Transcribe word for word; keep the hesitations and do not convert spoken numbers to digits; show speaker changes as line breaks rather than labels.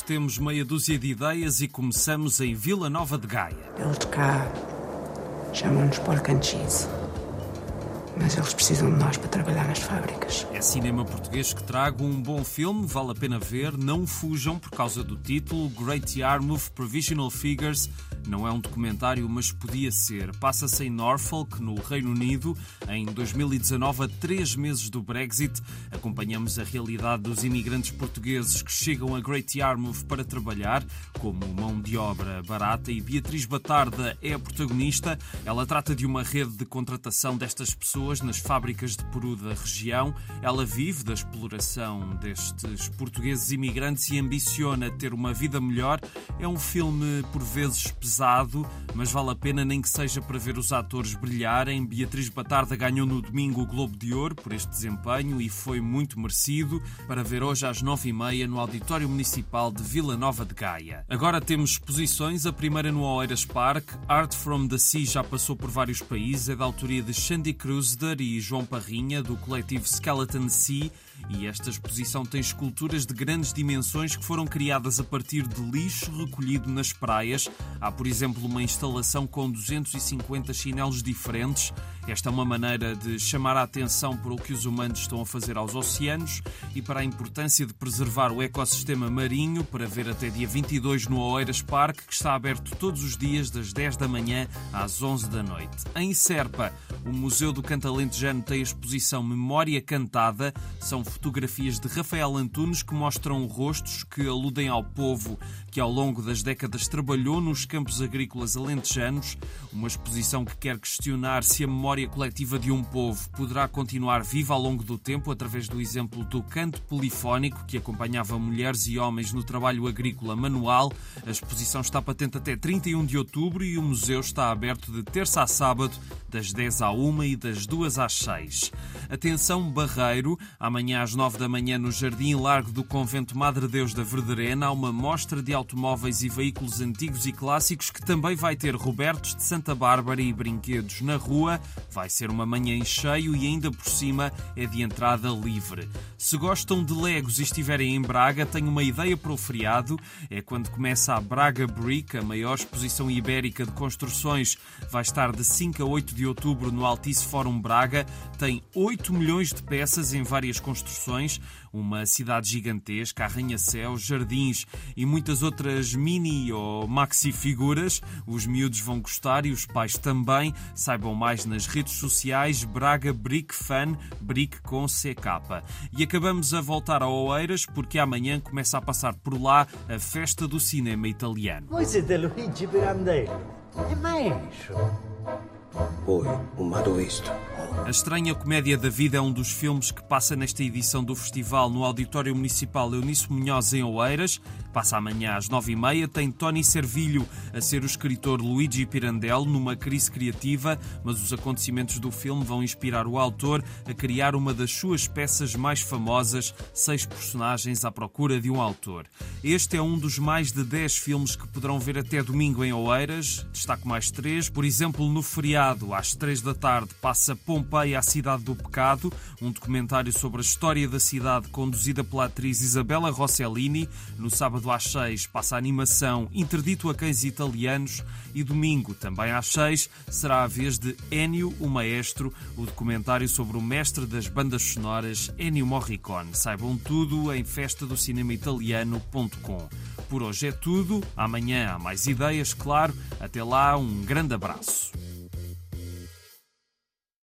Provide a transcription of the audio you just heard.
temos meia dúzia de ideias e começamos em Vila Nova de Gaia.
Eles cá chamam-nos pork and cheese, mas eles precisam de nós para trabalhar nas fábricas.
É cinema português que trago um bom filme, vale a pena ver, não fujam por causa do título. Great Yarmouth Provisional Figures não é um documentário, mas podia ser. Passa-se em Norfolk, no Reino Unido, em dois mil e dezanove, a três meses do Brexit. Acompanhamos a realidade dos imigrantes portugueses que chegam a Great Yarmouth para trabalhar, como mão de obra barata, e Beatriz Batarda é a protagonista. Ela trata de uma rede de contratação destas pessoas nas fábricas de peru da região. Ela vive da exploração destes portugueses imigrantes e ambiciona ter uma vida melhor. É um filme por vezes pesado, mas vale a pena, nem que seja para ver os atores brilharem. Beatriz Batarda ganhou no domingo o Globo de Ouro por este desempenho e foi muito merecido, para ver hoje às nove e meia no Auditório Municipal de Vila Nova de Gaia. Agora temos exposições, a primeira no Oeiras Park. Art from the Sea já passou por vários países, é da autoria de Xandi Cruzder e João Parrinha, do coletivo Skeleton Sea, e esta exposição tem esculturas de grandes dimensões que foram criadas a partir de lixo recolhido nas praias. Há, por exemplo, uma instalação com duzentos e cinquenta chinelos diferentes. Esta é uma maneira de chamar a atenção para o que os humanos estão a fazer aos oceanos e para a importância de preservar o ecossistema marinho, para ver até dia vinte e dois no Oeiras Park, que está aberto todos os dias das dez da manhã às onze da noite. Em Serpa, o Museu do Canto Alentejano tem a exposição Memória Cantada. São fotografias de Rafael Antunes que mostram rostos que aludem ao povo que ao longo das décadas trabalhou nos campos agrícolas alentejanos. Uma exposição que quer questionar se a memória coletiva de um povo poderá continuar viva ao longo do tempo, através do exemplo do canto polifónico que acompanhava mulheres e homens no trabalho agrícola manual. A exposição está patente até trinta e um de outubro e o museu está aberto de terça a sábado, das dez à uma e das duas às seis. Atenção Barreiro, amanhã às nove da manhã no Jardim Largo do Convento Madre Deus da Verderena há uma mostra de automóveis e veículos antigos e clássicos que também vai ter Robertos de Santa Bárbara e brinquedos na rua. Vai ser uma manhã em cheio e ainda por cima é de entrada livre. Se gostam de Legos e estiverem em Braga, tenho uma ideia para o feriado. É quando começa a Braga Brick, a maior exposição ibérica de construções. Vai estar de cinco a oito de outubro no Altice Fórum Braga. Tem oito milhões de peças em várias construções. Uma cidade gigantesca, arranha-céus, jardins e muitas outras mini ou maxi figuras. Os miúdos vão gostar e os pais também. Saibam mais nas redes sociais. Braga Brick Fan, Brick com C K. E acabamos a voltar a Oeiras porque amanhã começa a passar por lá a Festa do Cinema Italiano.
Voi siete Luigi Pirandello. E maestro?
Poi, un m'ha visto.
A Estranha Comédia da Vida é um dos filmes que passa nesta edição do festival no Auditório Municipal Eunice Munhoz em Oeiras. Passa amanhã às nove e meia. Tem Tony Servilho a ser o escritor Luigi Pirandello numa crise criativa, mas os acontecimentos do filme vão inspirar o autor a criar uma das suas peças mais famosas, seis personagens à procura de um autor. Este é um dos mais de dez filmes que poderão ver até domingo em Oeiras. Destaco mais três. Por exemplo, no feriado, às três da tarde, passa Pompeia, a Cidade do Pecado, um documentário sobre a história da cidade conduzida pela atriz Isabella Rossellini. No sábado às seis passa a animação Interdito a Cães Italianos e domingo, também às seis, será a vez de Ennio, o Maestro, o documentário sobre o mestre das bandas sonoras Ennio Morricone. Saibam tudo em festa do cinema italiano ponto com. Por hoje é tudo. Amanhã há mais ideias, claro. Até lá, um grande abraço.